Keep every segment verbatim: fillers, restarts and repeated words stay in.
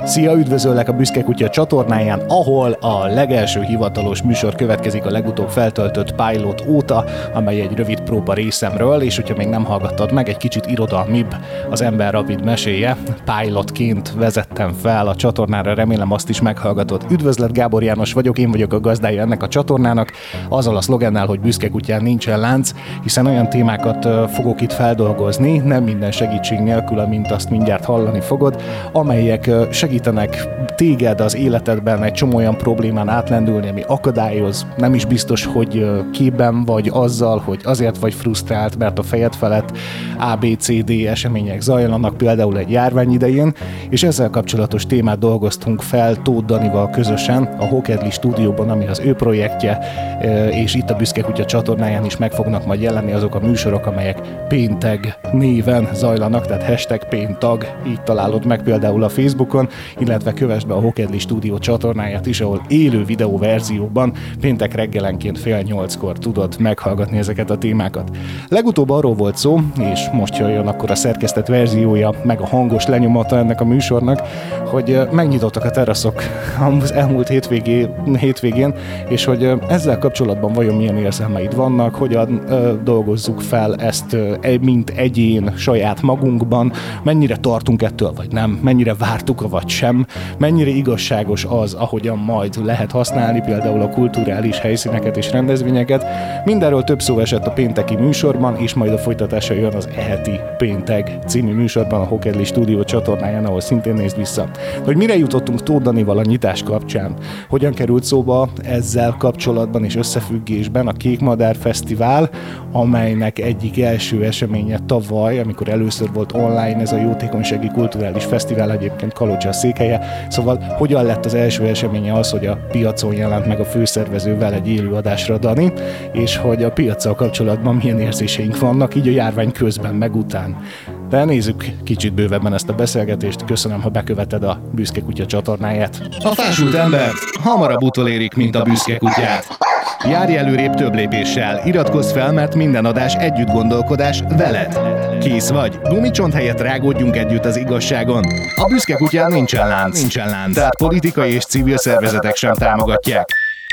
Szia, üdvözöllek a Büszke Kutya csatornáján, ahol a legelső hivatalos műsor következik a legutóbb feltöltött pilot óta, amely egy rövid próba részemről, és hogyha még nem hallgattad meg, egy kicsit irodalmibb az ember rövid meséje. Pilotként vezettem fel a csatornára, remélem azt is meghallgatod. Üdvözlet, Gábor János vagyok, én vagyok a gazdája ennek a csatornának, azzal a szlogennel, hogy Büszke Kutyán nincsen lánc, hiszen olyan témákat fogok itt feldolgozni, nem minden segítség nélkül, amint azt mindjárt hallani fogod, amelyek segítenek téged az életedben egy csomó olyan problémán átlendülni, ami akadályoz, nem is biztos, hogy képben vagy azzal, hogy azért vagy frusztrált, mert a fejed felett A, B, C, D események zajlanak, például egy járvány idején, és ezzel kapcsolatos témát dolgoztunk fel Tóth Danival közösen a Hokedli stúdióban, ami az ő projektje, és itt a Büszke Kutya csatornáján is meg fognak majd jelenni azok a műsorok, amelyek Pénteg néven zajlanak, tehát hashtag Péntag, így találod meg például a Facebookon, illetve kövesd be a Hokedli stúdió csatornáját is, ahol élő videó verzióban péntek reggelenként fél nyolckor tudod meghallgatni ezeket a témákat. Legutóbb arról volt szó, és most jöjjön akkor a szerkesztett verziója, meg a hangos lenyomata ennek a műsornak, hogy megnyitottak a teraszok az elmúlt hétvégé, hétvégén, és hogy ezzel kapcsolatban vajon milyen érzelmeid vannak, hogyan ö, dolgozzuk fel ezt ö, mint egyén saját magunkban, mennyire tartunk ettől, vagy nem, mennyire vártuk, vagy sem, mennyire igazságos az, ahogyan majd lehet használni például a kulturális helyszíneket és rendezvényeket. Mindenről több szó esett a pénteki műsorban, és majd a folytatása jön az eheti Pénteg című műsorban a Hokedli stúdió csatornáján, ahol szintén nézd vissza. Hogy mire jutottunk Tóth Danival a nyitás kapcsán, hogyan került szóba ezzel kapcsolatban és összefüggésben a Kékmadár Fesztivál, amelynek egyik első eseménye tavaly, amikor először volt online ez a jótékonysági kulturális fesztivál, egyébként Kalocsa székhelye. Szóval hogyan lett az első eseménye az, hogy a piacon jelent meg a főszervezővel egy élőadásra Dani, és hogy a piaccal kapcsolatban milyen érzéseink vannak, így a járvány közben meg után. De nézzük kicsit bővebben ezt a beszélgetést, köszönöm, ha beköveted a Büszke Kutya csatornáját. A fásult embert hamarabb utolérik, mint a Büszke Kutyát. Járj előrébb több lépéssel, iratkozz fel, mert minden adás együtt gondolkodás veled. Kész vagy, gumicsont helyett rágódjunk együtt az igazságon. A Büszke Kutyán nincsen lánc, nincsen lánc, tehát politikai és civil szervezetek sem támogatják.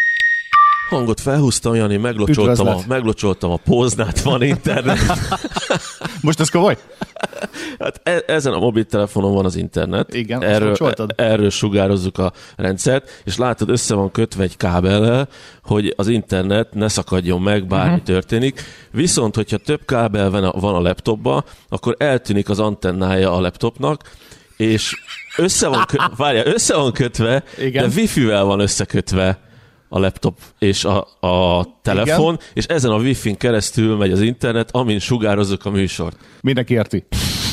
Hangot felhúztam, Jani, meglocsoltam a, meglocsoltam a Póznát, van internet. Most ez komoly? Hát e- ezen a mobiltelefonon van az internet. Igen, erről, erről sugározzuk a rendszert, és látod, össze van kötve egy kábellel, hogy az internet ne szakadjon meg, bármi uh-huh. történik. Viszont, hogyha több kábel van a, van a laptopban, akkor eltűnik az antennája a laptopnak, és össze van, kö- várjál, össze van kötve, igen. De wifi-vel van összekötve a laptop és a, a telefon, igen. És ezen a wifi-n keresztül megy az internet, amin sugározzuk a műsort. Mindenki érti.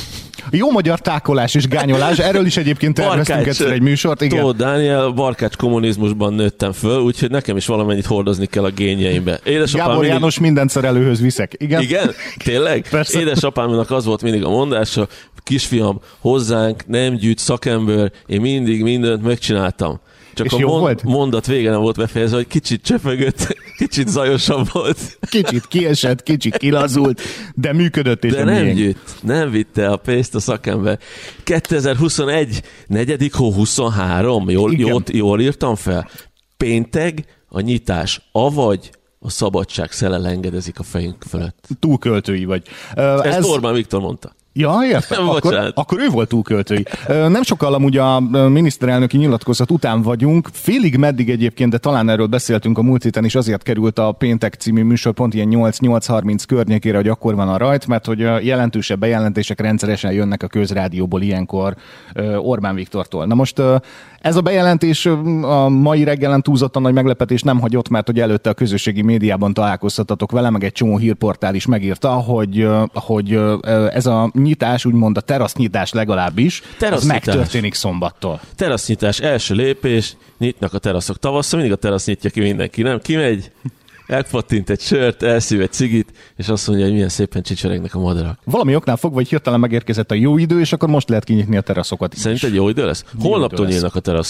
Jó magyar tákolás és gányolás, erről is egyébként terveztünk egyszer egy műsort. Igen. Tóth Dániel, barkács kommunizmusban nőttem föl, úgyhogy nekem is valamennyit hordozni kell a génjeimbe. Édesapám Gábor mindig... János mindent szerelőhöz viszek. Igen? Igen? Tényleg? Persze. Édesapámnak az volt mindig a mondása, kisfiam, hozzánk nem gyűjt szakember, én mindig mindent megcsináltam. Csak és a mond, mondat vége nem volt befejezve, hogy kicsit csöpögött, kicsit zajosabb volt. Kicsit kiesett, kicsit kilazult, de működött és de nem miénk. gyűjt, nem vitte a pénzt a szakember. kétezer-huszonegy, negyedik hó huszonhárom, jól, jól, jól írtam fel? Pénteg a nyitás, avagy a szabadság szele engedezik a fejünk fölött. Túlköltői vagy. Uh, Ezt ez... Orbán Viktor mondta. Ja, értem. Akkor, akkor ő volt túlköltői. Nem sokkal amúgy a miniszterelnöki nyilatkozat után vagyunk. Félig meddig egyébként, de talán erről beszéltünk a múlt héten is, azért került a Péntek című műsor pont ilyen nyolc-nyolc harminc környékére, hogy akkor van a rajt, mert hogy jelentősebb bejelentések rendszeresen jönnek a közrádióból ilyenkor Orbán Viktortól. Na most ez a bejelentés a mai reggelen túlzottan nagy meglepetés nem hagyott, mert hogy előtte a közösségi médiában találkoztatok vele, meg egy csomó hírportál is megírta, hogy, hogy ez a nyitás, úgymond a terasznyitás legalábbis, az megtörténik szombattól. Terasznyitás, első lépés, nyitnak a teraszok. Tavasszal mindig a terasz nyitja ki mindenki, nem? Kimegy, elpattint egy sört, elszív egy cigit, és azt mondja, hogy milyen szépen csicseregnek a madarak. Valami oknál fogva, hogy hirtelen megérkezett a jó idő, és akkor most lehet kinyitni a teraszokat. Szerinted jó idő lesz? Holnaptól nyílnak a teraszok,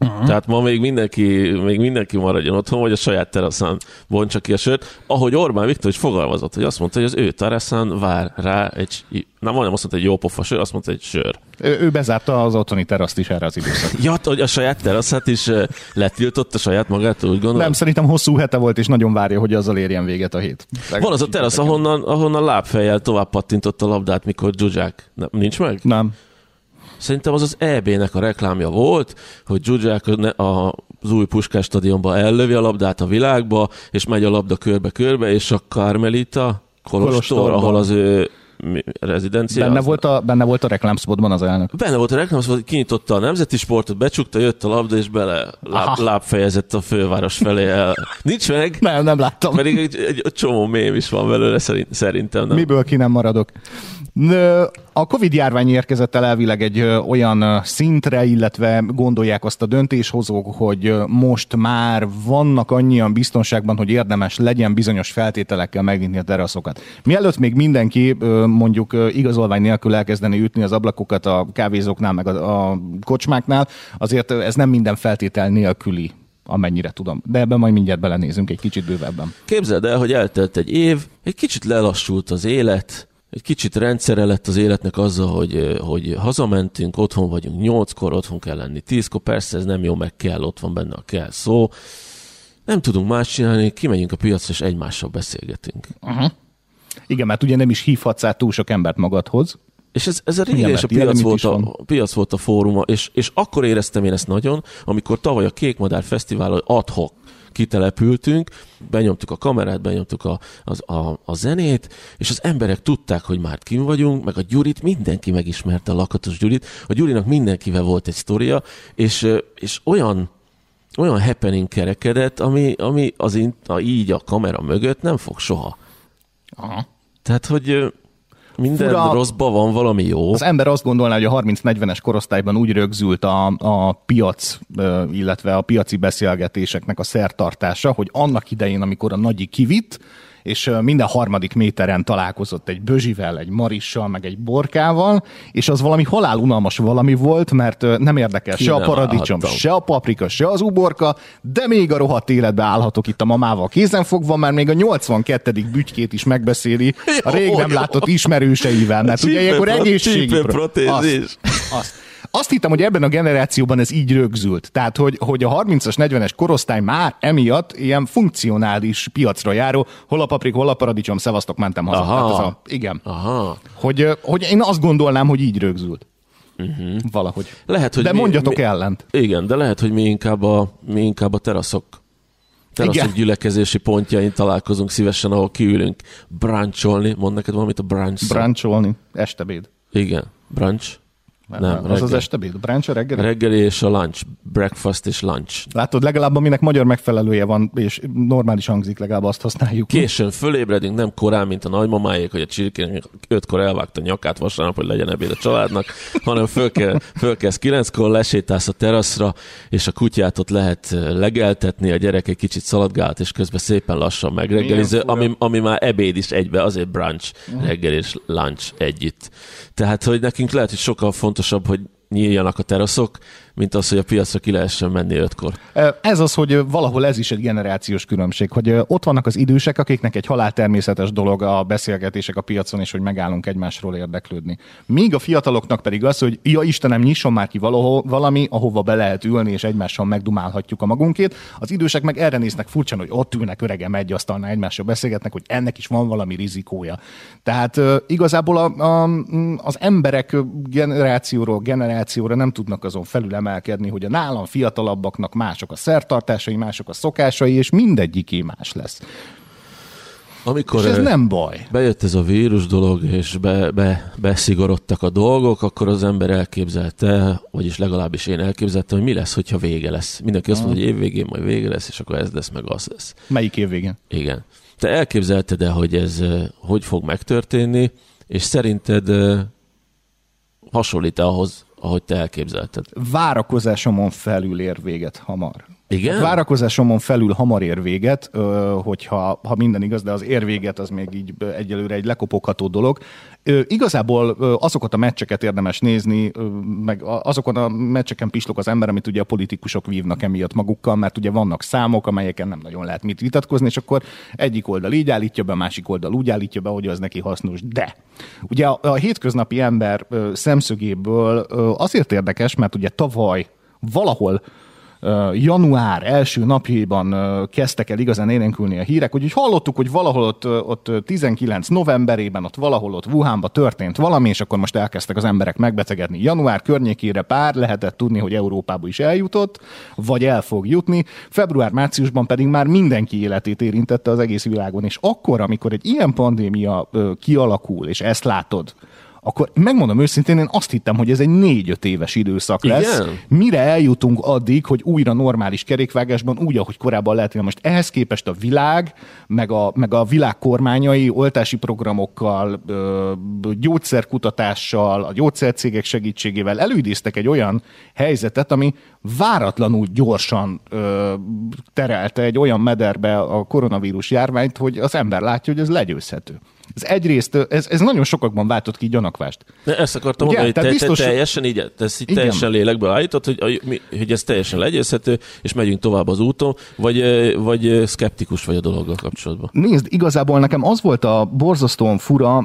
Uh-huh. Tehát ma még mindenki, még mindenki maradjon otthon, vagy a saját teraszán bontsa ki a sört. Ahogy Orbán Viktor is fogalmazott, hogy azt mondta, hogy az ő teraszán vár rá egy, nem majdnem azt mondta, egy jó pofa sör, azt mondta, egy sör. Ő, ő bezárta az otthoni teraszt is erre az időszakra. Ja, hogy a saját teraszát is letiltotta saját magától, úgy gondolom? Nem, szerintem hosszú hete volt, és nagyon várja, hogy azzal érjen véget a hét. Van az a terasz, ahonnan, ahonnan lábfejjel tovább pattintott a labdát, mikor Zsuzsák. Nem, nincs meg? Nem. Szerintem az az é bé-nek a reklámja volt, hogy Zsuzsák az új Puskás stadionba ellövi a labdát a világba, és megy a labda körbe-körbe, és a Carmelita Kolostor, ahol az ő rezidencia. Benne volt a, benne volt a reklámszpotban az elnök. Benne volt a reklámszpotban, kinyitotta a nemzeti sportot, becsukta, jött a labda, és bele láb, lábfejezett a főváros felé el. Nincs meg? Nem, nem láttam. Pedig egy, egy, egy csomó mém is van belőle, szerint, szerintem. Nem. Miből ki nem maradok? A Covid-járvány érkezett el elvileg egy olyan szintre, illetve gondolják azt a döntéshozók, hogy most már vannak annyian biztonságban, hogy érdemes legyen bizonyos feltételekkel megnyitni a teraszokat. Mielőtt még mindenki mondjuk igazolvány nélkül elkezdeni ütni az ablakokat a kávézóknál, meg a, a kocsmáknál, azért ez nem minden feltétel nélküli, amennyire tudom. De ebben majd mindjárt belenézünk egy kicsit bővebben. Képzeld el, hogy eltelt egy év, egy kicsit lelassult az élet, egy kicsit rendszere lett az életnek azzal, hogy, hogy hazamentünk, otthon vagyunk nyolckor, otthon kell lenni tízkor, persze ez nem jó, meg kell, ott van benne a kell szó. Nem tudunk más csinálni, kimegyünk a piacra, és egymással beszélgetünk. Uh-huh. Igen, mert ugye nem is hívhatsz át túl sok embert magadhoz. És ez, ez a régen is a piac volt a, a piac volt a fóruma, és, és akkor éreztem én ezt nagyon, amikor tavaly a Kékmadár Fesztiválon ad-hoc kitelepültünk, benyomtuk a kamerát, benyomtuk a, a, a, a zenét, és az emberek tudták, hogy már kim vagyunk, meg a Gyurit, mindenki megismerte a Lakatos Gyurit, a Gyurinak mindenkivel volt egy sztoria, és, és olyan, olyan happening kerekedett, ami, ami az a, így a kamera mögött nem fog soha. Aha. Tehát, hogy minden Fura, rosszban van valami jó. Az ember azt gondolná, hogy a harminc-negyvenes korosztályban úgy rögzült a, a piac, illetve a piaci beszélgetéseknek a szertartása, hogy annak idején, amikor a Nagyi kivitt, és minden harmadik méteren találkozott egy Bözsivel, egy Marissal, meg egy Borkával, és az valami halálunalmas valami volt, mert nem érdekel Ki se nem a paradicsom, állhattam. se a paprika, se az uborka, de még a rohadt életbe állhatok itt a mamával kézenfogva, mert még a nyolcvankettedik bütykét is megbeszéli a rég nem jó. látott ismerőseivel, mert ugye ilyenkor egészségi... protézis. Azt, azt. Azt hittem, hogy ebben a generációban ez így rögzült. Tehát, hogy, hogy a harmincas, negyvenes korosztály már emiatt ilyen funkcionális piacra járó, hol a paprik, hol a paradicsom, szevasztok, mentem haza. Aha. Tehát az a, igen. Aha. Hogy, hogy én azt gondolnám, hogy így rögzült. Uh-huh. Valahogy. Lehet, hogy de mi, mondjatok mi, ellent. Igen, de lehet, hogy mi inkább a, mi inkább a teraszok, teraszok Igen. gyülekezési pontjain találkozunk szívesen, ahol kiülünk bruncholni. Mondd neked valamit a brunch szó? Bruncholni. Estebéd. Igen. Brunch. Nem, az az estebéd. Brunch a reggeli? Reggeli és a lunch. Breakfast és lunch. Látod, legalább aminek magyar megfelelője van, és normális hangzik, legalább azt használjuk. Későn fölébredünk, nem korán, mint a nagymamáék, hogy a csirkének ötkor elvágta a nyakát vasárnap, hogy legyen ebéd a családnak, hanem föl kell, fölkelsz kilenckor, lesétálsz a teraszra, és a kutyát ott lehet legeltetni, a gyerek egy kicsit szaladgált, és közben szépen lassan megreggeliző, ami, ami már ebéd is egybe, azért brunch, reggel és lunch együtt. Tehát, hogy nekünk lehet, hogy sokkal fontosabb, hogy nyíljanak a teraszok, mint az, hogy a piacra ki lehessen menni ötkor. Ez az, hogy valahol ez is egy generációs különbség, hogy ott vannak az idősek, akiknek egy haláltermészetes dolog a beszélgetések a piacon, és hogy megállunk egymásról érdeklődni. Míg a fiataloknak pedig az, hogy ja Istenem, nyisson már ki valahol, valami, ahova be lehet ülni, és egymással megdumálhatjuk a magunkét. Az idősek meg erre néznek furcsán, hogy ott ülnek öregem egy asztalnál, egymással beszélgetnek, hogy ennek is van valami rizikója. Tehát igazából a, a, az emberek generációról generációra nem tudnak azon felül emelkedni, hogy a nálam fiatalabbaknak mások a szertartásai, mások a szokásai, és mindegyiké más lesz. Amikor és ez nem baj. Bejött ez a vírus dolog, és be, be, beszigorodtak a dolgok, akkor az ember elképzelte, vagyis legalábbis én elképzeltem, hogy mi lesz, hogyha vége lesz. Mindenki azt mondja, hogy évvégén majd vége lesz, és akkor ez lesz, meg az lesz. Melyik évvégén? Igen. Te elképzelted-e, hogy ez hogy fog megtörténni, és szerinted hasonlít-e ahhoz, ahogy te elképzelted? Várakozásomon felül ér véget hamar. Igen? A várakozásomon felül hamar ér véget, hogyha ha minden igaz, de az ér véget az még így egyelőre egy lekopogható dolog. Igazából azokat a meccseket érdemes nézni, meg azokon a meccseken pislog az ember, amit ugye a politikusok vívnak emiatt magukkal, mert ugye vannak számok, amelyeken nem nagyon lehet mit vitatkozni, és akkor egyik oldal így állítja be, a másik oldal úgy állítja be, hogy az neki hasznos. De ugye a, a hétköznapi ember szemszögéből azért érdekes, mert ugye tavaly valahol január első napjában kezdtek el igazán élénkülni a hírek, úgyhogy hallottuk, hogy valahol ott, ott tizenkilenc novemberében, ott valahol ott Wuhanban történt valami, és akkor most elkezdtek az emberek megbetegedni. Január környékére pár lehetett tudni, hogy Európába is eljutott, vagy el fog jutni. Február-márciusban pedig már mindenki életét érintette az egész világon, és akkor, amikor egy ilyen pandémia kialakul, és ezt látod, akkor megmondom őszintén, én azt hittem, hogy ez egy négy-öt éves időszak lesz. Igen? Mire eljutunk addig, hogy újra normális kerékvágásban, úgy, ahogy korábban lehet, most ehhez képest a világ, meg a, meg a világ kormányai oltási programokkal, gyógyszerkutatással, a gyógyszercégek segítségével előidéztek egy olyan helyzetet, ami váratlanul gyorsan ö, terelte egy olyan mederbe a koronavírus járványt, hogy az ember látja, hogy ez legyőzhető. Ez egyrészt, ez, ez nagyon sokakban váltott ki gyanakvást. De ezt akartam mondani, hogy te, biztos, te teljesen így, te ezt így teljesen lélekbe állítod, hogy, hogy ez teljesen legyőzhető, és megyünk tovább az úton, vagy, vagy szkeptikus vagy a dologgal kapcsolatban? Nézd, igazából nekem az volt a borzasztóan fura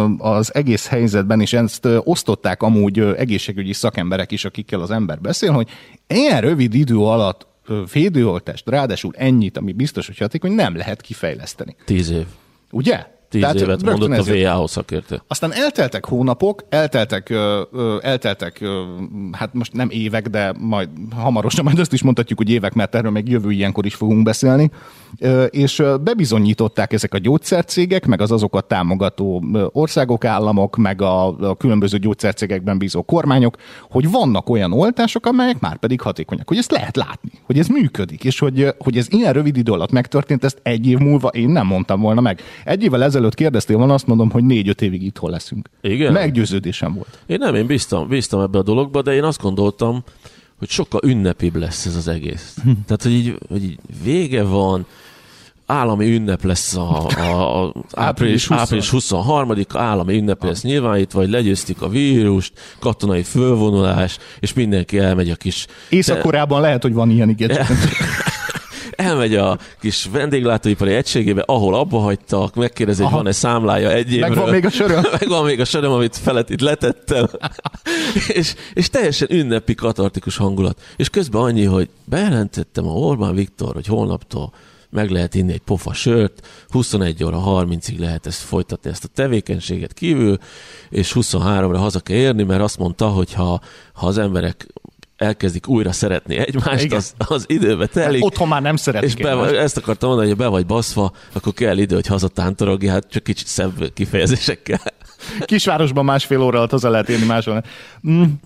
az egész helyzetben, és ezt osztották amúgy egészségügyi szakemberek is, akikkel az ember beszél, hogy ilyen rövid idő alatt védőoltást, ráadásul ennyit, ami biztos, hogy hatékony, nem lehet kifejleszteni. Tíz év. Ugye? Tíz Tehát évet mondott a vé á o szakértő. Aztán elteltek hónapok, elteltek, ö, ö, elteltek ö, hát most nem évek, de majd hamarosan, majd azt is mondhatjuk, hogy évek, mert erről még jövő ilyenkor is fogunk beszélni, ö, és bebizonyították ezek a gyógyszercégek, meg az azokat támogató országok, államok, meg a, a különböző gyógyszercégekben bízó kormányok, hogy vannak olyan oltások, amelyek már pedig hatékonyak, hogy ezt lehet látni, hogy ez működik, és hogy, hogy ez ilyen rövid idő alatt megtörtént, ezt egy év múlva én nem mondtam volna meg. Egy évvel ezelőtt kérdeztél volna, azt mondom, hogy négy-öt évig itthon leszünk. Igen? Meggyőződésem volt. Én nem, én bíztam, bíztam ebbe a dologba, de én azt gondoltam, hogy sokkal ünnepibb lesz ez az egész. Hm. Tehát, hogy így, hogy így vége van, állami ünnep lesz a, a, a április, április huszonharmadika, állami ünnep lesz nyilvánítva, vagy legyőztük a vírust, katonai fölvonulás, és mindenki elmegy a kis... Észak-Koreában lehet, hogy van ilyen igény. Elmegy a kis vendéglátóipari egységébe, ahol abba hagytak, megkérdezi, hogy van-e számlája egy évről. Megvan még a söröm. Megvan még a söröm, amit felett itt letettem. és, és teljesen ünnepi, katartikus hangulat. És közben annyi, hogy bejelentettem a Orbán Viktor, hogy holnaptól meg lehet inni egy pofa sört, huszonegy óra harmincig lehet ezt folytatni, ezt a tevékenységet kívül, és huszonháromra haza kell érni, mert azt mondta, hogy ha, ha az emberek elkezdik újra szeretni egymást, az, az időbe telik. Hát otthon már nem szeretik. És be, ezt akartam mondani, hogy be vagy baszva, akkor kell idő, hogy hazatántorogj, hát csak kicsit szebb kifejezésekkel. Kisvárosban másfél óra alatt haza lehet érni máshol. Mm, uh,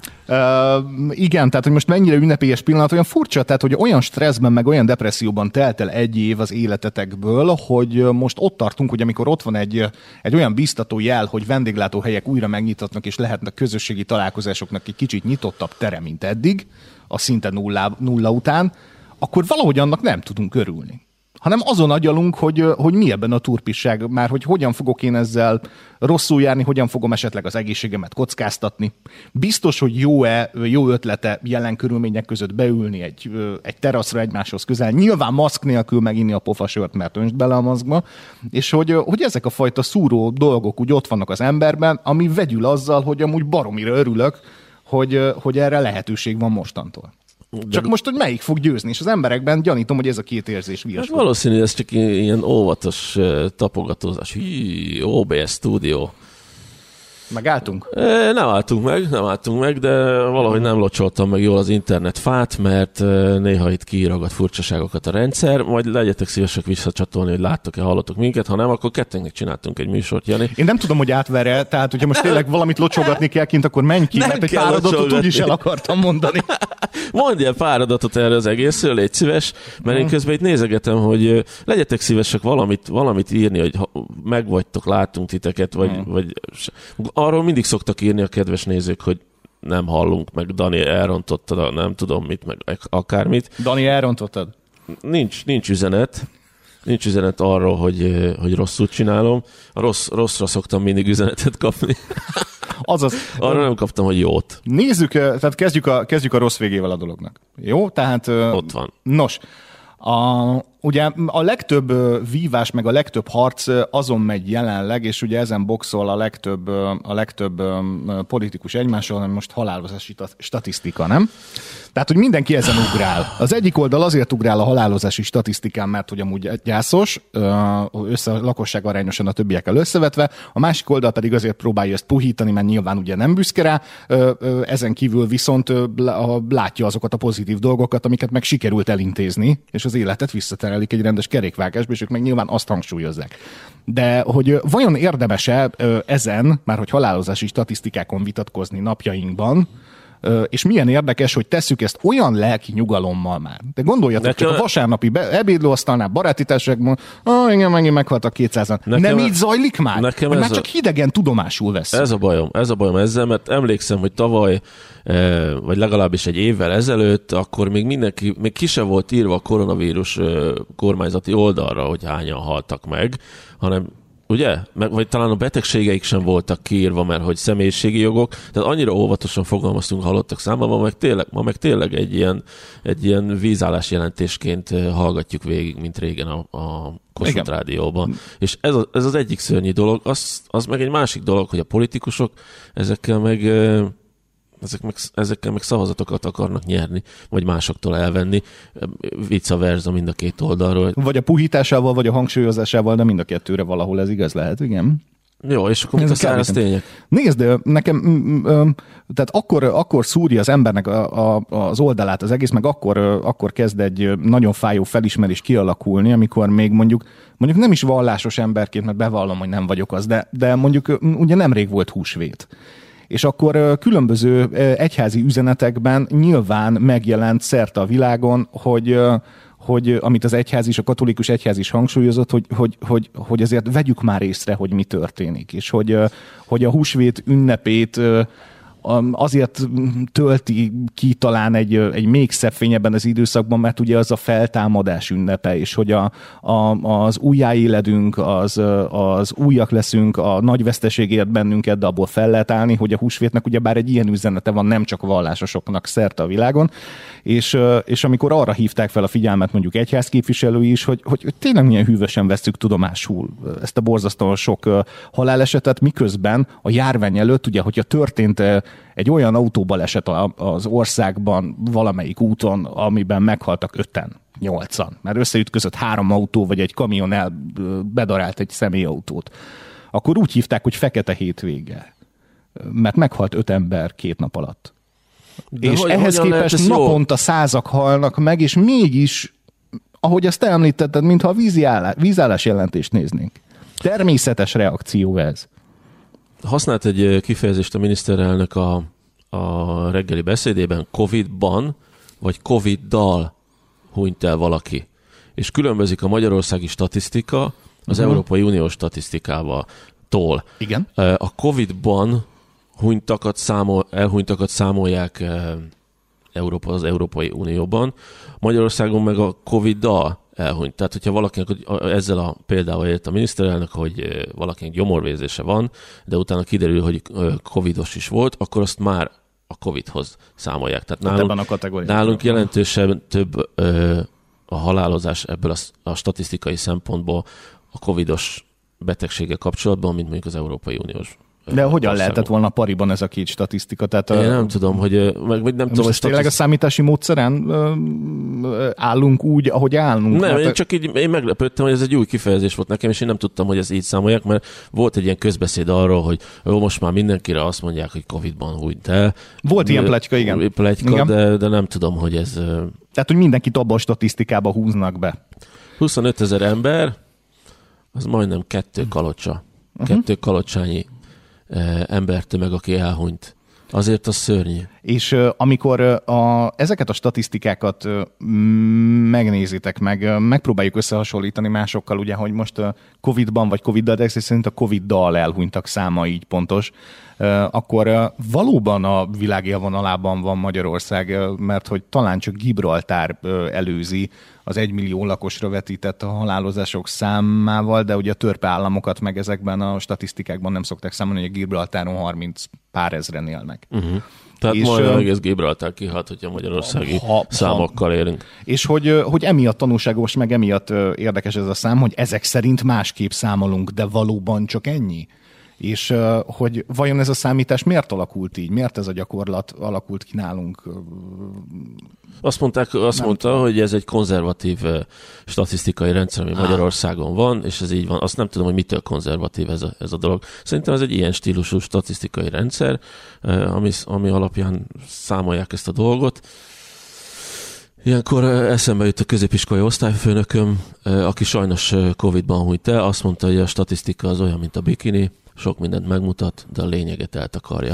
igen, tehát hogy most mennyire ünnepélyes pillanat, olyan furcsa, tehát hogy olyan stresszben, meg olyan depresszióban telt el egy év az életetekből, hogy most ott tartunk, hogy amikor ott van egy, egy olyan biztató jel, hogy vendéglátóhelyek újra megnyitatnak, és lehetnek közösségi találkozásoknak egy kicsit nyitottabb tere, mint eddig, a szinte nulla, nulla után, akkor valahogy annak nem tudunk örülni. Hanem azon agyalunk, hogy, hogy mi ebben a turpisság, már hogy hogyan fogok én ezzel rosszul járni, hogyan fogom esetleg az egészségemet kockáztatni. Biztos, hogy jó-e, jó ötlete jelen körülmények között beülni egy, egy teraszra egymáshoz közel, nyilván maszk nélkül meginni a pofasört, mert öntsd bele a maszkba, és hogy, hogy ezek a fajta szúró dolgok úgy ott vannak az emberben, ami vegyül azzal, hogy amúgy baromira örülök, hogy, hogy erre lehetőség van mostantól. Csak de... most, hogy melyik fog győzni, és az emberekben gyanítom, hogy ez a két érzés viaskodott. Hát valószínű, ez csak ilyen óvatos tapogatózás. Hí, o bé es Studio. Megálltunk? Nem álltunk meg, nem álltunk meg, de valahogy nem locsoltam meg jól az internet fát, mert néha itt kiíragad furcsaságokat a rendszer, majd legyetek szívesek visszacsatolni, hogy láttok-e, hallottok minket, ha nem, akkor kettőnknek csináltunk egy műsort, Jani. Én nem tudom, hogy átver-e, tehát hogyha most tényleg valamit locsolgatni kell kint, akkor menj ki, nem mert egy pár adatot úgyis el akartam mondani. Mondj el pár adatot erre az egészről, légy szíves, mert én közben itt nézegetem, hogy legyetek szívesek valamit, valamit írni, hogy megvagytok, látunk titeket, vagy, hmm. vagy arról mindig szoktak írni a kedves nézők, hogy nem hallunk, meg Dani elrontottad, nem tudom mit, meg akármit. Dani elrontottad? nincs, nincs üzenet. Nincs üzenet arról, hogy, hogy rosszul csinálom. A rossz, rosszra szoktam mindig üzenetet kapni. Azaz, arra nem kaptam, hogy jót. Nézzük, tehát kezdjük a, kezdjük a rossz végével a dolognak. Jó? Tehát... Ott van. Nos, a, ugye a legtöbb vívás, meg a legtöbb harc azon megy jelenleg, és ugye ezen boxol a legtöbb, a legtöbb politikus egymással, hanem most halálozási statisztika, nem? Tehát, hogy mindenki ezen ugrál. Az egyik oldal azért ugrál a halálozási statisztikán, mert hogy amúgy gyászos, össze, lakosság arányosan a többiekkel összevetve, a másik oldal pedig azért próbálja ezt puhítani, mert nyilván ugye nem büszke rá, ezen kívül viszont látja azokat a pozitív dolgokat, amiket meg sikerült elintézni, és az életet visszaterelik egy rendes kerékvágásba, és ők meg nyilván azt hangsúlyozzák. De hogy vajon érdemes-e ezen, már hogy halálozási statisztikákon vitatkozni napjainkban, és milyen érdekes, hogy tesszük ezt olyan lelki nyugalommal már. De gondoljatok, nekem... csak a vasárnapi be- ebédlóasztalnál, baráti társaságban, ah, igen, megint meghaltak kétszázan. Nem így zajlik már? Nekem ez már csak a... hidegen tudomásul vesz. Ez a bajom, ez a bajom ezzel, mert emlékszem, hogy tavaly, vagy legalábbis egy évvel ezelőtt, akkor még mindenki, még ki se volt írva a koronavírus kormányzati oldalra, hogy hányan haltak meg, hanem ugye? Meg, vagy talán a betegségeik sem voltak kiírva, mert hogy személyiségi jogok, tehát annyira óvatosan fogalmaztunk halottak számban, ma meg tényleg, ma meg tényleg egy ilyen, egy ilyen vízállás jelentésként hallgatjuk végig, mint régen a, a Kossuth Rádióban. És ez, a, ez az egyik szörnyű dolog, az, az meg egy másik dolog, hogy a politikusok ezekkel meg... Ezek meg, ezekkel meg szavazatokat akarnak nyerni, vagy másoktól elvenni, vice versa mind a két oldalról. Vagy a puhításával, vagy a hangsúlyozásával, de mind a kettőre valahol ez igaz lehet, igen. Jó, és akkor mit a száraz tények? Nézd, nekem, tehát akkor, akkor szúrja az embernek a, a, az oldalát az egész, meg akkor, akkor kezd egy nagyon fájó felismerés kialakulni, amikor még mondjuk, mondjuk nem is vallásos emberként, mert bevallom, hogy nem vagyok az, de, de mondjuk ugye nemrég volt húsvét. És akkor különböző egyházi üzenetekben nyilván megjelent szerte a világon, hogy, hogy amit az egyház is, a katolikus egyház is hangsúlyozott, hogy, hogy, hogy, hogy azért vegyük már észre, hogy mi történik. És hogy, hogy a húsvét ünnepét azért tölti ki talán egy, egy még szebb fény ebben az időszakban, mert ugye az a feltámadás ünnepe, és hogy a, a, az újjáéledünk, az, az újak leszünk, a nagy veszteség ért bennünket, de abból fel lehet állni, hogy a húsvétnek ugye bár egy ilyen üzenete van nem csak a vallásosoknak szerte a világon, és, és amikor arra hívták fel a figyelmet mondjuk egyházképviselői is, hogy, hogy, hogy tényleg milyen hűvösen vesszük tudomásul ezt a borzasztóan sok halálesetet, miközben a járvány előtt, ugye, hogyha történt egy olyan autóbaleset az országban valamelyik úton, amiben meghaltak öten, nyolcan, mert összeütközött három autó, vagy egy kamion el bedarált egy személyautót. Akkor úgy hívták, hogy fekete hétvége, mert meghalt öt ember két nap alatt. De és hogy, ehhez képest naponta százak halnak meg, és mégis, ahogy azt említetted, mintha a vízállás, vízállás jelentést néznénk. Természetes reakció ez. Használt egy kifejezést a miniszterelnök a, a reggeli beszédében, Covid-ban, vagy Covid-dal hunyt el valaki. És különbözik a magyarországi statisztika az uh-huh. Európai Uniós statisztikával tól. Igen. A Covid-ban hunytakat számol, elhunytakat számolják Európa, az Európai Unióban, Magyarországon meg a Covid-dal elhunyt. Tehát, hogyha valakinek ezzel a példával élt a miniszterelnök, hogy valakinek gyomorvérzése van, de utána kiderül, hogy covidos is volt, akkor azt már a Covidhoz számolják. Tehát nálunk, a nálunk jelentősen több ö, a halálozás ebből a, a statisztikai szempontból a covidos betegséggel kapcsolatban, mint mondjuk az Európai Uniós. De hogyan országban. Lehetett volna pariban ez a két statisztika? Tehát Én a... nem tudom, hogy... Meg, vagy nem tudom, hogy tényleg a számítási módszeren állunk úgy, ahogy állunk? Nem, én csak így én meglepődtem, hogy ez egy új kifejezés volt nekem, és én nem tudtam, hogy ez így számolják, mert volt egy ilyen közbeszéd arról, hogy jó, most már mindenkire azt mondják, hogy Covid-ban hunyt el. Volt ilyen pletyka, igen. Pletyka, igen. De, de nem tudom, hogy ez... Tehát, hogy mindenkit abban a statisztikába húznak be. huszonöt ezer ember, az majdnem kettő kalocsa. Uh-huh. Kettő kalocsányi embertömeg, aki elhunyt. Azért az szörnyű. És amikor a, ezeket a statisztikákat megnézitek meg, megpróbáljuk összehasonlítani másokkal, ugye, hogy most Covidban vagy Coviddal, de szerint a Coviddal elhunytak száma így pontos, akkor valóban a világ élvonalában van Magyarország, mert hogy talán csak Gibraltár előzi az egymillió lakosra vetített a halálozások számával, de ugye a törpe államokat meg ezekben a statisztikákban nem szokták számolni, hogy a Gibraltáron harminc pár ezren élnek. Uh-huh. Tehát majdnem egész Gibraltár kihalt, hogyha magyarországi ha, számokkal érünk. És hogy, hogy emiatt tanulságos, meg emiatt érdekes ez a szám, hogy ezek szerint másképp számolunk, de valóban csak ennyi. És hogy vajon ez a számítás miért alakult így? Miért ez a gyakorlat alakult ki nálunk? Azt mondták, azt mondta, tudom. hogy ez egy konzervatív statisztikai rendszer, ami Magyarországon van, és ez így van. Azt nem tudom, hogy mitől konzervatív ez a, ez a dolog. Szerintem ez egy ilyen stílusú statisztikai rendszer, ami, ami alapján számolják ezt a dolgot. Ilyenkor eszembe jut a középiskolai osztályfőnököm, aki sajnos Covidban hunyt el, azt mondta, hogy a statisztika az olyan, mint a bikini, sok mindent megmutat, de a lényeget eltakarja.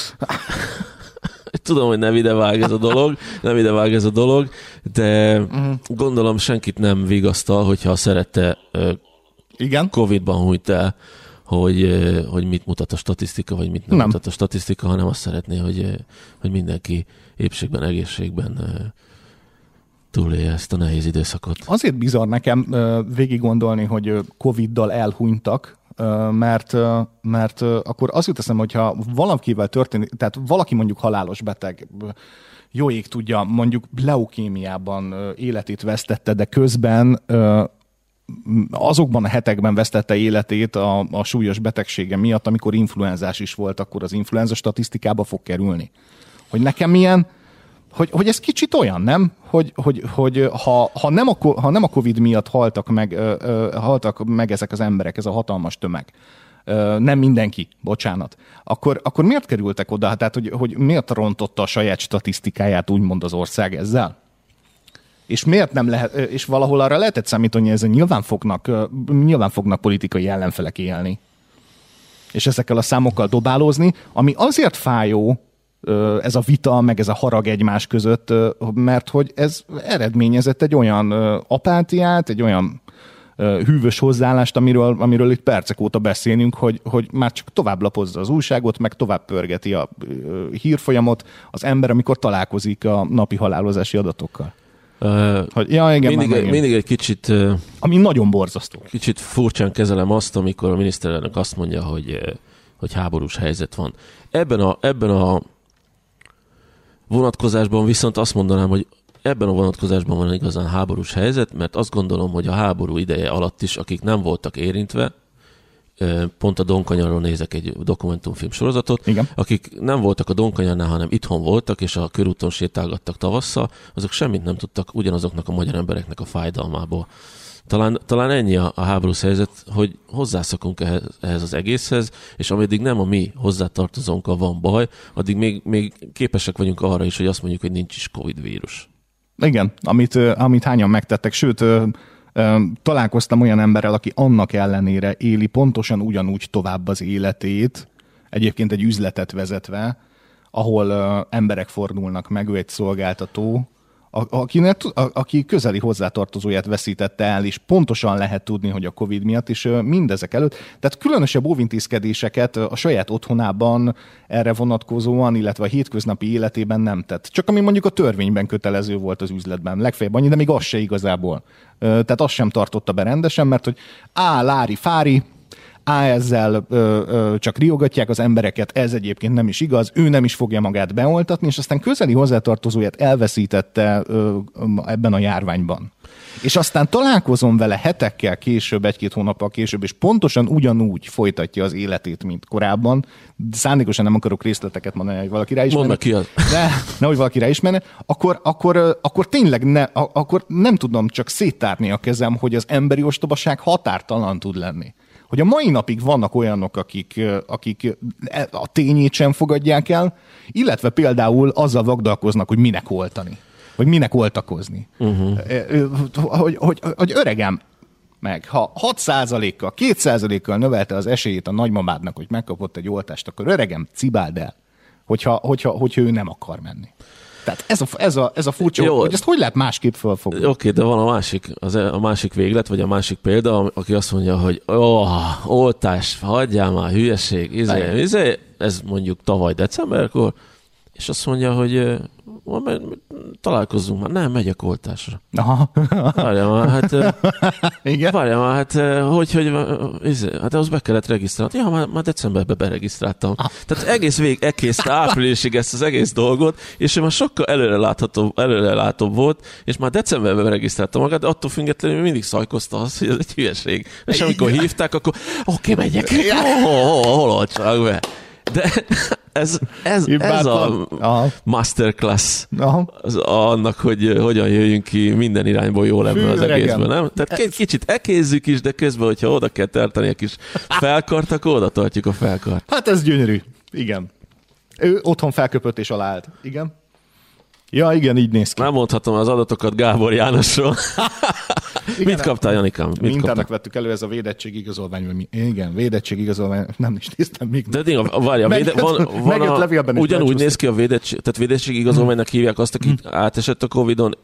Tudom, hogy nem idevág ez a dolog, nem idevág ez a dolog, de gondolom senkit nem vigasztal, hogyha szerette Igen? Covidban hunyt el, hogy, hogy mit mutat a statisztika, vagy mit nem, nem. mutat a statisztika, hanem azt szeretné, hogy, hogy mindenki épségben, egészségben túlélje ezt a nehéz időszakot. Azért bizarr nekem végig gondolni, hogy Coviddal elhunytak, mert, mert akkor az jut eszembe, hogyha valakivel történik, tehát valaki mondjuk halálos beteg, jó ég tudja, mondjuk leukémiában életét vesztette, de közben azokban a hetekben vesztette életét a, a súlyos betegsége miatt, amikor influenzás is volt, akkor az influenza statisztikába fog kerülni. Hogy nekem ilyen, hogy, hogy ez kicsit olyan, nem? Hogy, hogy, hogy ha, ha, nem a, ha nem a Covid miatt haltak meg, ö, ö, haltak meg ezek az emberek, ez a hatalmas tömeg, ö, nem mindenki, bocsánat, akkor, akkor miért kerültek oda? Tehát, hogy, hogy miért rontotta a saját statisztikáját úgymond az ország ezzel? És miért nem lehet, és valahol arra lehetett számítani, hogy ezen nyilván fognak, nyilván fognak politikai ellenfelek élni. És ezekkel a számokkal dobálózni, ami azért fájó, ez a vita, meg ez a harag egymás között, mert hogy ez eredményezett egy olyan apátiát, egy olyan hűvös hozzáállást, amiről, amiről itt percek óta beszélünk, hogy, hogy már csak tovább lapozza az újságot, meg tovább pörgeti a hírfolyamot az ember, amikor találkozik a napi halálozási adatokkal. Uh, hogy, ja, igen, mindig, mindig egy kicsit... Ami nagyon borzasztó. Kicsit furcsán kezelem azt, amikor a miniszterelnök azt mondja, hogy, hogy háborús helyzet van. Ebben a, ebben a vonatkozásban viszont azt mondanám, hogy ebben a vonatkozásban van igazán háborús helyzet, mert azt gondolom, hogy a háború ideje alatt is, akik nem voltak érintve, pont a Donkanyarról nézek egy dokumentumfilm sorozatot, igen. Akik nem voltak a Donkanyarnál, hanem itthon voltak, és a körúton sétálgattak tavasszal, azok semmit nem tudtak ugyanazoknak a magyar embereknek a fájdalmából. Talán, talán ennyi a, a háborús helyzet, hogy hozzászokunk ehhez, ehhez az egészhez, és ameddig nem a mi hozzátartozónkkal van baj, addig még, még képesek vagyunk arra is, hogy azt mondjuk, hogy nincs is Covid vírus. Igen, amit, amit hányan megtettek, sőt, találkoztam olyan emberrel, aki annak ellenére éli pontosan ugyanúgy tovább az életét, egyébként egy üzletet vezetve, ahol emberek fordulnak meg, ő egy szolgáltató, akinek, aki közeli hozzátartozóját veszítette el, és pontosan lehet tudni, hogy a Covid miatt, és mindezek előtt. Tehát különösebb óvintézkedéseket a saját otthonában erre vonatkozóan, illetve a hétköznapi életében nem tett. Csak ami mondjuk a törvényben kötelező volt az üzletben. Legfeljebb annyi, de még az se igazából. Tehát azt sem tartotta be rendesen, mert hogy á, lári, fári, á, ezzel ö, ö, csak riogatják az embereket, ez egyébként nem is igaz, ő nem is fogja magát beoltatni, és aztán közeli hozzátartozóját elveszítette ö, ebben a járványban. És aztán találkozom vele hetekkel később, egy-két hónappal később, és pontosan ugyanúgy folytatja az életét, mint korábban. Szándékosan nem akarok részleteket mondani, hogy valaki rá ismerne. Mondd ki az. De nehogy valaki rá ismerne. Akkor, akkor, akkor tényleg ne, akkor nem tudom csak széttárni a kezem, hogy az emberi ostobaság határtalan tud lenni. Hogy a mai napig vannak olyanok, akik, akik a tényét sem fogadják el, illetve például azzal vagdalkoznak, hogy minek oltani, vagy minek oltakozni. Uh-huh. Hogy, hogy, hogy öregem meg, ha hat százalékkal, két százalékkal növelte az esélyét a nagymamádnak, hogy megkapott egy oltást, akkor öregem, cibáld el. hogyha, hogyha, hogyha ő nem akar menni. Tehát ez a, ez a, ez a furcsa, jó, hogy ezt hogy lehet másképp felfogni? Oké, okay, de van a másik, az, a másik véglet, vagy a másik példa, aki azt mondja, hogy oh, oltás, hagyjál már, hülyeség, izé, izé, ez mondjuk tavaly decemberkor, és azt mondja, hogy találkozzunk már, nem, megyek oltásra. Aha. Várjál már, hát... Igen? Várjál már, hát hogy, hogy... Hát ahhoz be kellett regisztrálni. Ja, már, már decemberben beregisztráltam. Ah. Tehát egész vég, egész áprilisig ezt az egész dolgot, és ő már sokkal előreláthatóbb, előrelátóbb volt, és már decemberben beregisztráltam magát, de attól függetlenül mindig szajkozta az, hogy ez egy hülyeség. És amikor hívták, akkor oké, okay, megyek. Hol oltsak be? De ez, ez, ez a Aha. masterclass az annak, hogy hogyan jöjjünk ki minden irányból jól ebből az egészből, nem? Tehát egy kicsit ekézzük is, de közben, hogyha oda kell tartani egy kis felkart, akkor oda tartjuk a felkart. Hát ez gyönyörű. Igen. Ő otthon felköpött és alá állt. Igen. Ja, igen, így néz ki. Nem mondhatom az adatokat Gábor Jánosról. Igen, mit kaptál, Janikám? Mintának vettük elő, ez a védettségigazolvány. Igen, védettségigazolvány. Nem is néztem még. De tényleg, várja, véde, van, van a, ugyanúgy néz ki a védettség, tehát védettségigazolványnak hívják azt, aki hmm. átesett a Covidon,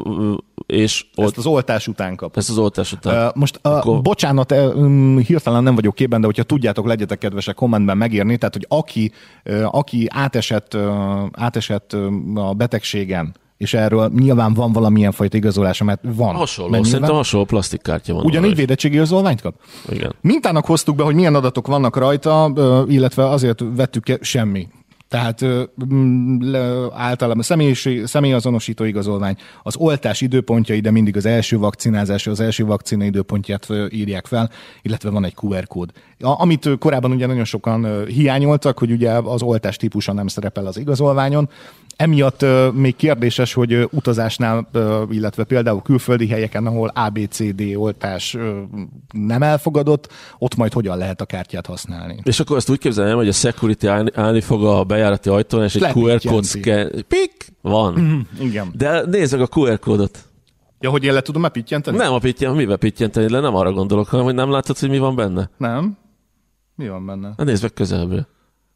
és ott... Ezt az oltás után kap. Ezt az oltás után. Uh, most, uh, Akkor... bocsánat, um, hirtelen nem vagyok képben, de hogyha tudjátok, legyetek kedvesek kommentben megírni, tehát, hogy aki, uh, aki átesett, uh, átesett uh, a betegségen, és erről nyilván van valamilyen fajta igazolása, mert van. Hasonló, szerintem hasonló plastikkártya van. Ugyanígy védettségigazolványt kap? Igen. Mintának hoztuk be, hogy milyen adatok vannak rajta, uh, illetve azért vettük ki semmi. Tehát le, általában személyazonosító igazolvány, az oltás időpontja, ide mindig az első vakcinázás, az első vakcina időpontját írják fel, illetve van egy kú er kód. Amit korábban ugye nagyon sokan hiányoltak, hogy ugye az oltás típusa nem szerepel az igazolványon. Emiatt uh, még kérdéses, hogy uh, utazásnál, uh, illetve például külföldi helyeken, ahol á bé cé dé oltás uh, nem elfogadott, ott majd hogyan lehet a kártyát használni. És akkor azt úgy képzeljem, hogy a security állni, állni fog a bejárati ajtón, és egy kú er kód szken... Pik! Van. Mm, igen. De nézd meg a kú er kódot. Ja, hogy én le tudom-e pittyenteni? Nem a pittyenteni, mivel pittyenteni le, nem arra gondolok, hanem hogy nem látod, hogy mi van benne. Nem. Mi van benne? Na, nézd meg közelből.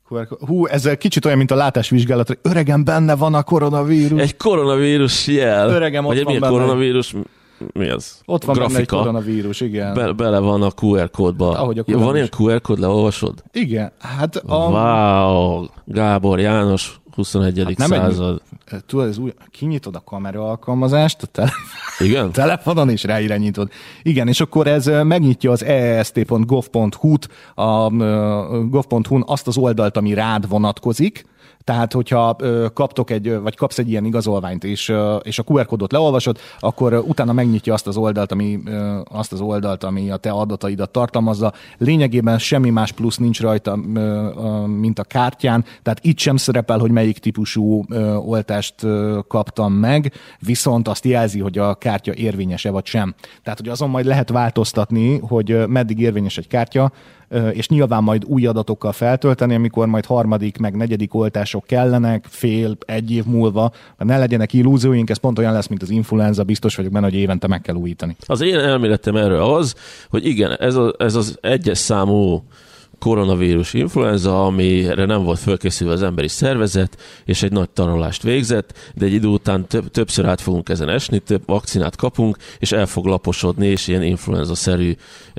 Hú, ez kicsit olyan, mint a látásvizsgálat, hogy öregem, benne van a koronavírus. Egy koronavírus jel. Öregem, ott vagy van milyen benne. Koronavírus, mi az? Ott van grafika. Benne egy koronavírus, igen. Be, bele van a kú er kódba. Ahogy a ja, van ilyen kú er kód, leolvasod? Igen. Hát a... Wow, Gábor János, huszonegyedik Hát század. Egy, tudod, ez új, kinyitod a kamera alkalmazást a tele... Igen? telefonon, és ráirányítod. Igen, és akkor ez megnyitja az e e es té pont gov pont hu-t, a gov pont hu-n azt az oldalt, ami rád vonatkozik. Tehát, hogyha ö, kaptok egy, vagy kapsz egy ilyen igazolványt, és, ö, és a kú er kódot leolvasod, akkor ö, utána megnyitja azt az oldalt, ami, ö, azt az oldalt, ami a te adataidat tartalmazza. Lényegében semmi más plusz nincs rajta, ö, ö, mint a kártyán, tehát itt sem szerepel, hogy melyik típusú ö, oltást ö, kaptam meg, viszont azt jelzi, hogy a kártya érvényes-e vagy sem. Tehát, hogy azon majd lehet változtatni, hogy ö, meddig érvényes egy kártya, és nyilván majd új adatokkal feltölteni, amikor majd harmadik, meg negyedik oltások kellenek, fél, egy év múlva, ne legyenek illúzióink, ez pont olyan lesz, mint az influenza, biztos vagyok benne, hogy évente meg kell újítani. Az én elméletem erről az, hogy igen, ez, a, ez az egyes számú koronavírus influenza, amire nem volt fölkészülve az emberi szervezet, és egy nagy tarolást végzett, de egy idő után több, többször át fogunk ezen esni, több vakcinát kapunk, és el fog laposodni, és ilyen influenza-szerű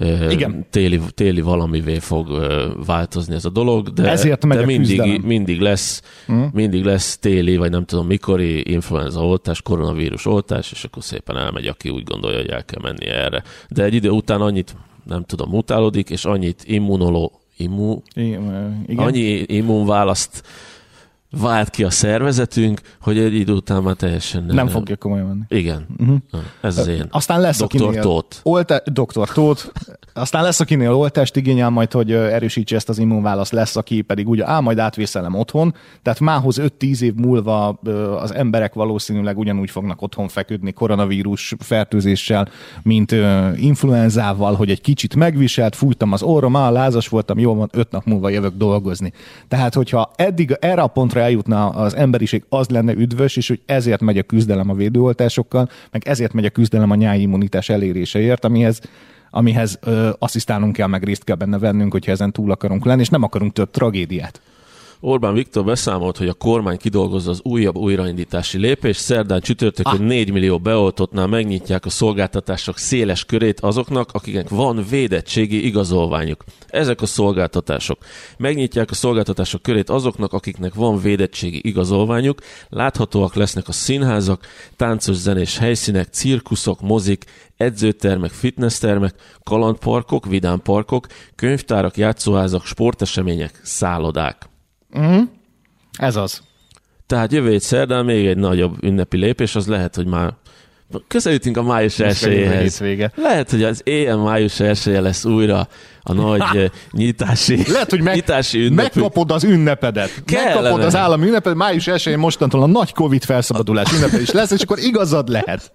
téli, téli valamivé fog változni ez a dolog, de, Ezért de mindig, mindig, lesz, mm. mindig lesz téli, vagy nem tudom mikori influenza oltás, koronavírus oltás, és akkor szépen elmegy, aki úgy gondolja, hogy el kell menni erre. De egy idő után annyit, nem tudom, mutálódik, és annyit immunoló Immu, Igen. annyi immunválaszt vált ki a szervezetünk, hogy egy idő után már teljesen nem, nem fogja komolyan venni. Igen. Uh-huh. Ez az én. Aztán lesz, doktor Tóth. Olta... doktor Tóth. Aztán lesz, akinél oltást igényel majd, hogy erősítse ezt az immunválaszt, lesz, aki pedig úgy, á, majd átvészelem otthon. Tehát mához öt-tíz év múlva az emberek valószínűleg ugyanúgy fognak otthon feküdni koronavírus fertőzéssel, mint influenzával, hogy egy kicsit megviselt, fújtam az orrom, á, lázas voltam, jól van, öt nap múlva jövök dolgozni. Tehát, hogyha eddig erre a pontra eljutna az emberiség, az lenne üdvös, és hogy ezért megy a küzdelem a védőoltásokkal, meg ezért megy a küzdelem a nyári immunitás eléréseért, amihez, amihez ö, asszisztálnunk kell, meg részt kell benne vennünk, hogyha ezen túl akarunk lenni, és nem akarunk több tragédiát. Orbán Viktor beszámolt, hogy a kormány kidolgozza az újabb újraindítási lépést. Szerdán csütörtökön ah. négy millió beoltottnál megnyitják a szolgáltatások széles körét azoknak, akiknek van védettségi igazolványuk. Ezek a szolgáltatások. Megnyitják a szolgáltatások körét azoknak, akiknek van védettségi igazolványuk. Láthatóak lesznek a színházak, táncos zenés helyszínek, cirkuszok, mozik, edzőtermek, fitnesstermek, kalandparkok, vidámparkok, könyvtárak, játszóházak, sportesemények, szállodák. Mm. Ez az. Tehát jövő hét szerdán még egy nagyobb ünnepi lépés, az lehet, hogy már közelítünk a május elsejéhez. Lehet, hogy az éjjel május elsője lesz újra a nagy nyitási, lehet, hogy meg, nyitási ünnepünk. Megkapod az ünnepedet. Kellene. Megkapod az állami ünnepedet, május elsején mostantól a nagy Covid felszabadulás ünnepe is lesz, és akkor igazad lehet.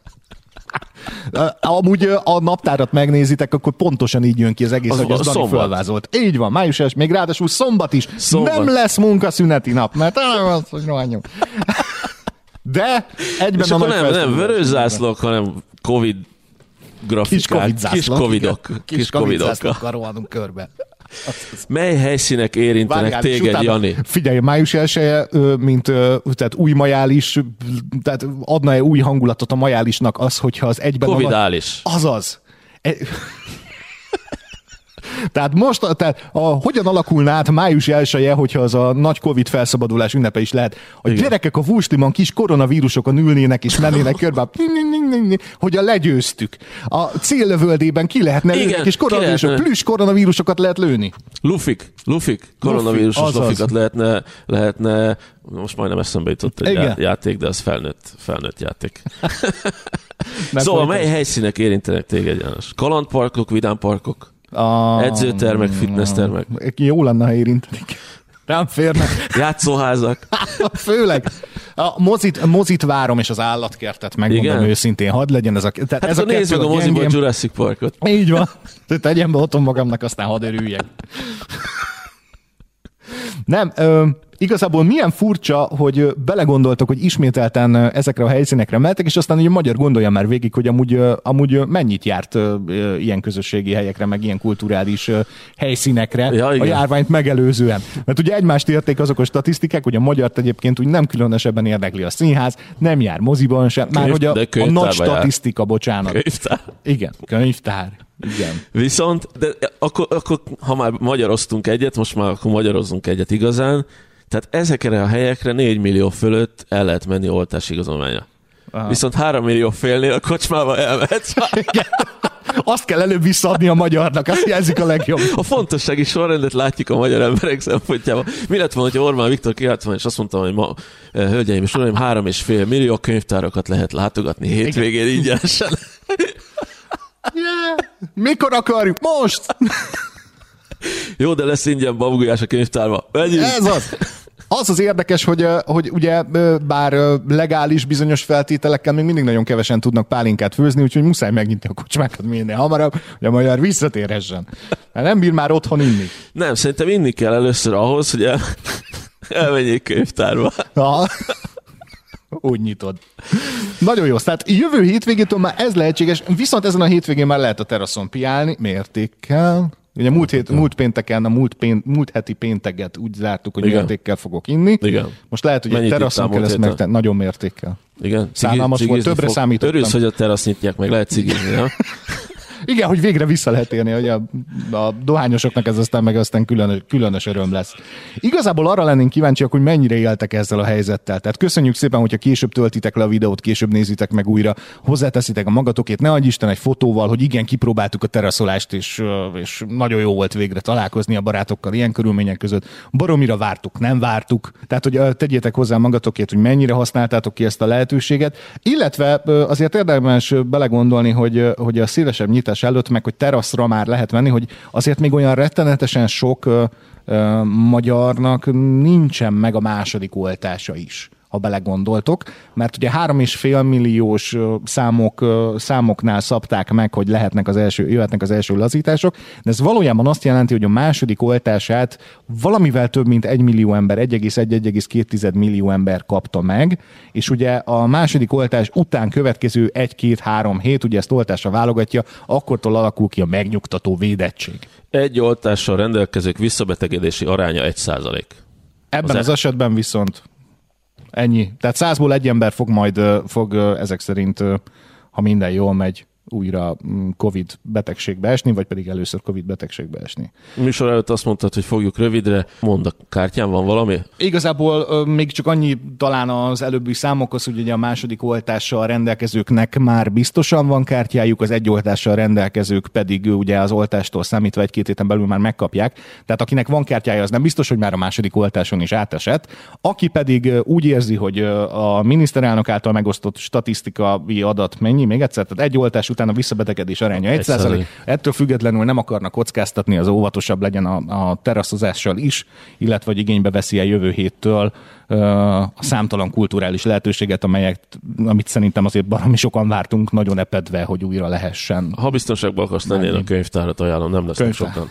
Amúgy a naptárat megnézitek, akkor pontosan így jön ki az egész, az, hogy az Dani fölvázolt. Így van, május első, még ráadásul szombat is. Szombat. Nem lesz munkaszüneti nap, mert az, hogy rohanjunk. De egyben és a akkor nem, nem vörös zászlók, hanem Covid grafikák, kis Covidok. Kis Covid-zászlókkal rohanunk körbe. Mely helyszínek érintenek Várjál, téged, utána, Jani? Figyelj, május elsője, mint tehát új majális, tehát adna-e új hangulatot a majálisnak az, hogyha az egyben... Covidális. A... Azaz. E... Tehát most, tehát a, hogyan alakulna át május elsője, hogyha az a nagy Covid felszabadulás ünnepe is lehet? A igen. Gyerekek a vúsliban kis koronavírusokon ülnének és mennének körbe, hogy a legyőztük. A céllövöldében ki lehetne lőni, és koronavírusok, plüss koronavírusokat lehet lőni. Lufik, lufik, koronavírusos Lufi, lufikat lehetne, lehetne, most majdnem eszembe jutott egy igen. játék, de az felnőtt, felnőtt játék. Szóval mely helyszínek érintenek téged, János? Kalandparkok, vidámparkok? A... Edzőtermek, fitnesstermek. Jó lenne, ha érintenik. Nem férnek. Játszóházak. Főleg. A mozit, mozit várom, és az állatkertet megmondom igen? őszintén. Hadd legyen ez a... Tehát hát ez a nézd meg a moziban a Jurassic Parkot. Így van. Tegyem be otthon magamnak, aztán hadd örüljek. Nem, ö, igazából milyen furcsa, hogy belegondoltok, hogy ismételten ezekre a helyszínekre mentek, és aztán ugye a magyar gondolja már végig, hogy amúgy, amúgy mennyit járt ilyen közösségi helyekre, meg ilyen kulturális helyszínekre ja, a járványt megelőzően. Mert ugye egymást érték azok a statisztikák, hogy a magyart egyébként úgy nem különösebben érdekli a színház, nem jár moziban sem, már hogy a, a nagy statisztika, jár. Bocsánat. Könyvtár. Igen, könyvtár. Igen. Viszont, de akkor, akkor, ha már magyaroztunk egyet, most már akkor magyarozzunk egyet igazán, tehát ezekre a helyekre négy millió fölött el lehet menni oltási igazolványa. Aha. Viszont három millió félnél a kocsmába elmehetsz. Azt kell előbb visszaadni a magyarnak, azt jelzik a legjobb. A fontossági sorrendet látjuk a magyar emberek szempontjában. Mi lett volna, hogy Orbán Viktor kiállt volna, és azt mondta, hogy ma, hölgyeim és uraim, három és fél millió könyvtárakat lehet látogatni hétvégén ingyenesen. Yeah. Mikor akarjuk? Most! Jó, de lesz ingyen babgulyás a könyvtárba. Menjünk. Ez az. Az az érdekes, hogy, hogy ugye bár legális bizonyos feltételekkel még mindig nagyon kevesen tudnak pálinkát főzni, úgyhogy muszáj megnyitni a kocsmákat minél hamarabb, hogy a magyar visszatérhessen. Mert nem bír már otthon inni. Nem, szerintem inni kell először ahhoz, hogy el... elmenjék könyvtárba. Aha. Úgy nyitod. Nagyon jó. Tehát jövő hétvégétől már ez lehetséges, viszont ezen a hétvégén már lehet a teraszon piálni. Mértékkel. Ugye múlt, hét, múlt pénteken, a múlt, pént, múlt heti pénteget úgy zártuk, hogy igen. mértékkel fogok inni. Igen. Most lehet, hogy egy teraszon kell ezt megtenni. Nagyon mértékkel. Igen. Szánalmas volt, többre fog. Számítottam. Örülsz, hogy a terasz nyitják meg, lehet cigizni, nem? Igen, hogy végre vissza lehet érni, hogy a, a dohányosoknak ez aztán meg aztán különös, különös öröm lesz. Igazából arra lennénk kíváncsiak, hogy mennyire éltek ezzel a helyzettel. Tehát köszönjük szépen, hogyha később töltitek le a videót, később nézitek meg újra, hozzáteszitek a magatokét, ne adj Isten egy fotóval, hogy igen, kipróbáltuk a teraszolást, és, és nagyon jó volt végre találkozni a barátokkal ilyen körülmények között. Baromira vártuk, nem vártuk. Tehát, hogy tegyétek hozzá magatokét, hogy mennyire használtátok ki ezt a lehetőséget. Illetve azért érdemes belegondolni, hogy, hogy a szélesebb nyitás előtt, meg hogy teraszra már lehet menni, hogy azért még olyan rettenetesen sok ö, ö, magyarnak nincsen meg a második oltása is, ha belegondoltok, mert ugye három és fél milliós számok, számoknál szabták meg, hogy lehetnek az első, jöhetnek az első lazítások, de ez valójában azt jelenti, hogy a második oltását valamivel több mint egy millió ember, egy egész egy - egy egész két millió ember kapta meg, és ugye a második oltás után következő egy-két-három hét, ugye ezt oltásra válogatja, akkortól alakul ki a megnyugtató védettség. Egy oltással rendelkezők visszabetegedési aránya egy százalék. Ebben az, az esetben viszont ennyi. Tehát százból egy ember fog majd, fog ezek szerint, ha minden jól megy, újra Covid betegségbe esni, vagy pedig először Covid betegségbe esni. Műsor előtt azt mondtad, hogy fogjuk rövidre. Mondd, a kártyán van valami? Igazából még csak annyi talán az előbbi számokhoz, hogy ugye a második oltással rendelkezőknek már biztosan van kártyájuk, az egy oltással rendelkezők pedig ugye az oltástól számítva egy-két héten belül már megkapják. Tehát akinek van kártyája, az nem biztos, hogy már a második oltáson is átesett. Aki pedig úgy érzi, hogy a miniszterelnök által megosztott statisztikai adat mennyi, még egyszer, tehát egy oltás után a visszabetegedés aránya egy százalék. Ettől függetlenül nem akarnak kockáztatni, az óvatosabb legyen a, a teraszozással is, illetve hogy igénybe veszi a jövő héttől a számtalan kulturális lehetőséget, amelyet, amit szerintem azért baromi sokan vártunk, nagyon epedve, hogy újra lehessen. Ha biztonságban akarsz lenni, én a könyvtárat ajánlom, nem lesznek sokan.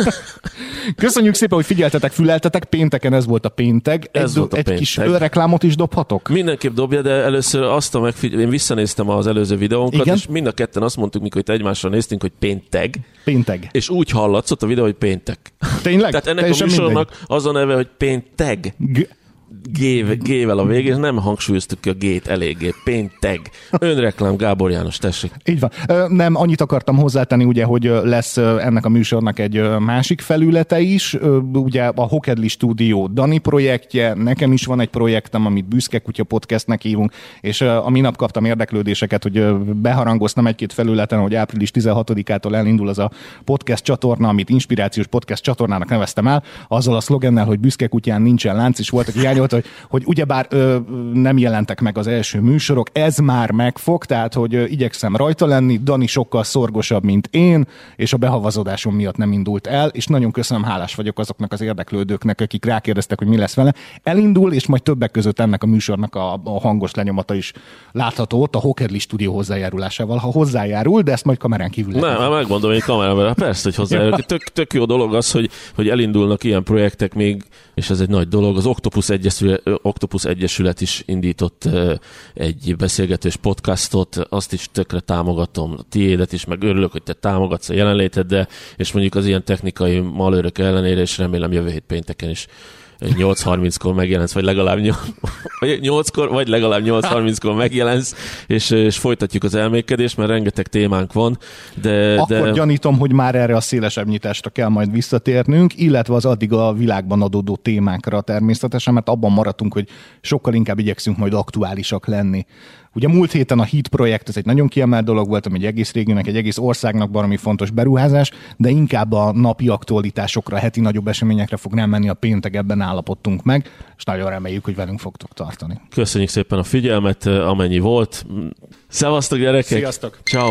Köszönjük szépen, hogy figyeltetek, füleltetek. Pénteken ez volt a péntek. Ez egy volt a egy péntek. kis reklámot is dobhatok? Mindenképp dobja, de először azt a megfigyelem, én visszanéztem az előző videónkat, igen? És mind a ketten azt mondtuk, mikor itt egymásra néztünk, hogy pénteg. Pénteg. És úgy hallatszott a videó, hogy péntek. Tényleg? Tehát ennek a műsornak az a neve, hogy pénteg. G- G-vel a végén, nem hangsúlyoztuk ki a G-t eléggé. Pénteg. Önreklám, Gábor János, tessék. Így van. Nem, annyit akartam hozzátenni, ugye, hogy lesz ennek a műsornak egy másik felülete is. Ugye a Hokedli Stúdió Dani projektje, nekem is van egy projektem, amit Büszke Kutya Podcastnek hívunk, és a minap kaptam érdeklődéseket, hogy beharangoztam egy-két felületen, hogy április tizenhatodikától elindul az a podcast csatorna, amit inspirációs podcast csatornának neveztem el, azzal a szlogennel, hogy Büszke Kutyán nincsen lánc, és voltak irányolta, hogy, hogy ugyebár ö, nem jelentek meg az első műsorok, ez már megfog, tehát hogy ö, igyekszem rajta lenni, Dani sokkal szorgosabb, mint én, és a behavazódásom miatt nem indult el, és nagyon köszönöm, hálás vagyok azoknak az érdeklődőknek, akik rákérdeztek, hogy mi lesz vele. Elindul, és majd többek között ennek a műsornak a, a hangos lenyomata is látható ott a Hokedli Stúdió hozzájárulásával, ha hozzájárul, de ezt majd kamerán kívül. Nem, már megmondom, hogy kamerán, persze, hogy hozzájárul. Tök, tök jó dolog az, hogy, hogy elindulnak ilyen projektek még, és ez egy nagy dolog. Az Octopus Egyesület, Octopus Egyesület is indított egy beszélgetős podcastot, azt is tökre támogatom, a tiédet is, meg örülök, hogy te támogatsz a jelenléteddel, és mondjuk az ilyen technikai malőrök ellenére, és remélem jövő hét pénteken is nyolc harminckor megjelensz, vagy legalább nyolckor, vagy legalább nyolc harminckor megjelensz, és, és folytatjuk az elmékedést, mert rengeteg témánk van. De, Akkor de... gyanítom, hogy már erre a szélesebb nyitásra kell majd visszatérnünk, illetve az addig a világban adódó témákra természetesen, mert abban maradtunk, hogy sokkal inkább igyekszünk majd aktuálisak lenni. Ugye múlt héten a HIT projekt, ez egy nagyon kiemelt dolog volt, ami egy egész régiónak, egy egész országnak valami fontos beruházás, de inkább a napi aktualitásokra, heti nagyobb eseményekre fog nem menni, a péntek, ebben állapodtunk meg, és nagyon reméljük, hogy velünk fogtok tartani. Köszönjük szépen a figyelmet, amennyi volt. Szevasztok, gyerekek! Sziasztok! Ciao.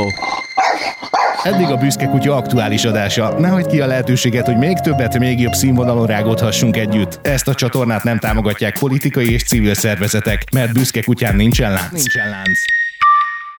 Eddig a Büszke Kutya aktuális adása. Ne hagyd ki a lehetőséget, hogy még többet, még jobb színvonalon rágódhassunk együtt. Ezt a csatornát nem támogatják politikai és civil szervezetek, mert Büszke Kutyán nincsen lánc. Nincsen lánc.